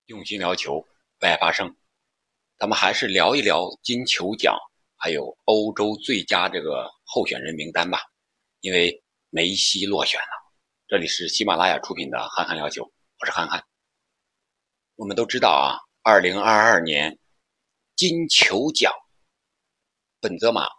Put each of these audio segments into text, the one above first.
用心聊球，为爱发声。咱们还是聊一聊金球奖，还有欧洲最佳这个候选人名单吧。因为梅西落选了。这里是喜马拉雅出品的憨憨聊球，我是憨憨。我们都知道啊，2022年金球奖，本泽马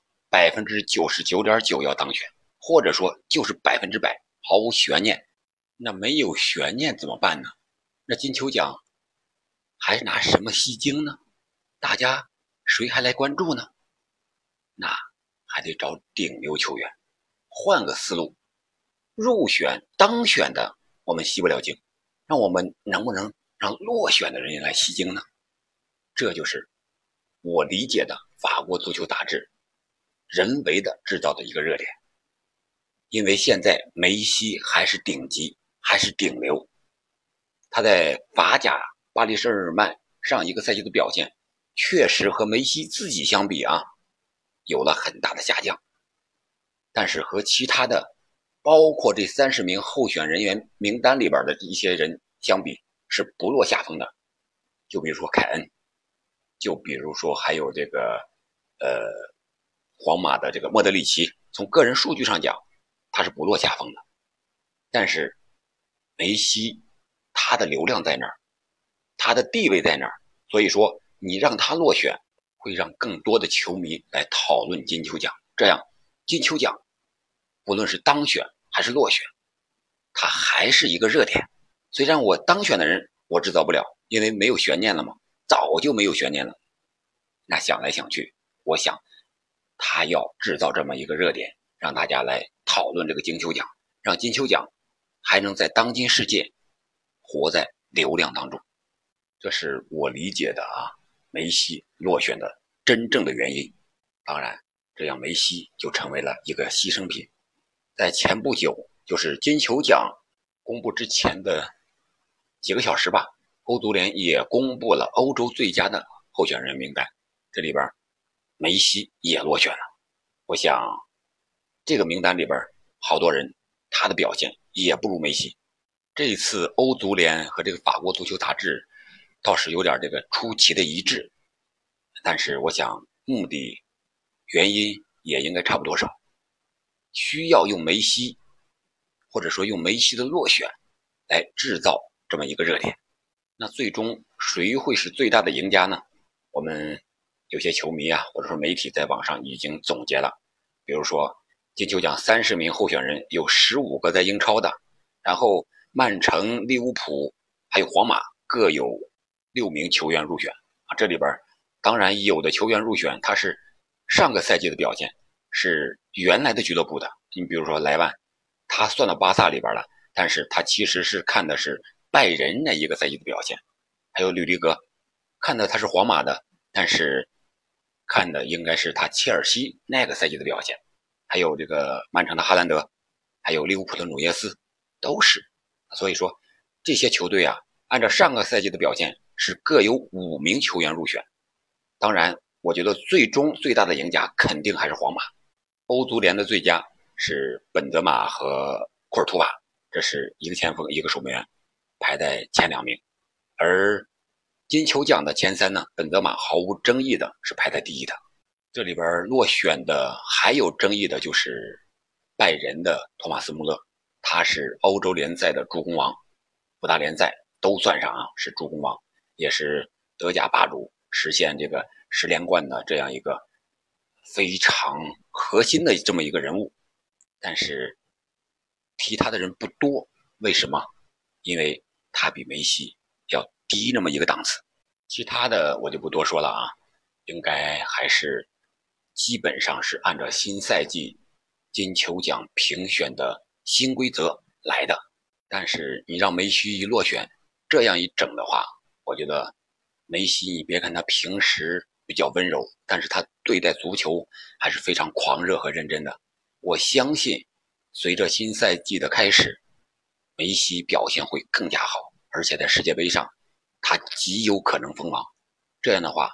99.9%要当选，或者说就是100%，毫无悬念。那没有悬念怎么办呢？那金球奖还拿什么吸睛呢？大家谁还来关注呢？那还得找顶流球员。换个思路，入选当选的我们吸不了睛，让我们能不能让落选的人来吸睛呢？这就是我理解的法国足球杂志人为的制造的一个热点。因为现在梅西还是顶级，还是顶流，他在法甲巴黎圣日耳曼上一个赛季的表现确实和梅西自己相比啊，有了很大的下降。但是和其他的包括这30名候选人员名单里边的一些人相比，是不落下风的。就比如说凯恩，就比如说还有这个皇马的这个莫德里奇，从个人数据上讲他是不落下风的。但是梅西他的流量在那儿，他的地位在那儿，所以说你让他落选，会让更多的球迷来讨论金球奖。这样金球奖不论是当选还是落选，它还是一个热点。虽然我当选的人我制造不了，因为没有悬念了嘛，早就没有悬念了。那想来想去，我想他要制造这么一个热点，让大家来讨论这个金球奖，让金球奖还能在当今世界活在流量当中。这是我理解的啊，梅西落选的真正的原因。当然，这样梅西就成为了一个牺牲品。在前不久，就是金球奖公布之前的几个小时吧，欧足联也公布了欧洲最佳的候选人名单，这里边梅西也落选了。我想这个名单里边好多人他的表现也不如梅西。这一次欧足联和这个法国足球杂志倒是有点这个出奇的一致，但是我想目的原因也应该差不多少，需要用梅西或者说用梅西的落选来制造这么一个热点。那最终谁会是最大的赢家呢？我们有些球迷啊，或者说媒体在网上已经总结了，比如说金球奖30名候选人有15个在英超的，然后曼城、利物浦还有皇马各有6名球员入选啊。这里边当然有的球员入选他是上个赛季的表现，是原来的俱乐部的，你比如说莱万，他算到巴萨里边了，但是他其实是看的是拜仁那一个赛季的表现。还有吕迪格，看的他是皇马的，但是看的应该是他切尔西那个赛季的表现。还有这个曼城的哈兰德，还有利物浦的努涅斯，都是。所以说这些球队啊，按照上个赛季的表现是各有5名球员入选。当然我觉得最终最大的赢家肯定还是皇马。欧足联的最佳是本泽马和库尔图瓦，这是一个前锋一个守门员，排在前2名。而金球奖的前3呢，本泽马毫无争议的是排在第1的。这里边落选的还有争议的就是拜仁的托马斯穆勒，他是欧洲联赛的助攻王，5大联赛都算上啊，是助攻王，也是德甲霸主，实现这个10连冠的这样一个非常核心的这么一个人物。但是提他的人不多，为什么？因为他比梅西要低那么一个档次。其他的我就不多说了啊，应该还是基本上是按照新赛季金球奖评选的新规则来的。但是你让梅西一落选，这样一整的话，我觉得梅西你别看他平时比较温柔，但是他对待足球还是非常狂热和认真的。我相信随着新赛季的开始，梅西表现会更加好，而且在世界杯上他极有可能封王。这样的话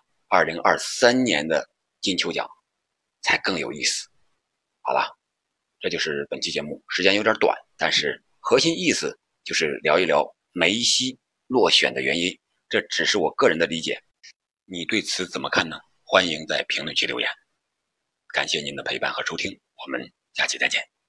2023年的金球奖才更有意思。好了，这就是本期节目，时间有点短，但是核心意思就是聊一聊梅西落选的原因， 这只是我个人的理解，你对此怎么看呢？欢迎在评论区留言。感谢您的陪伴和收听，我们下期再见。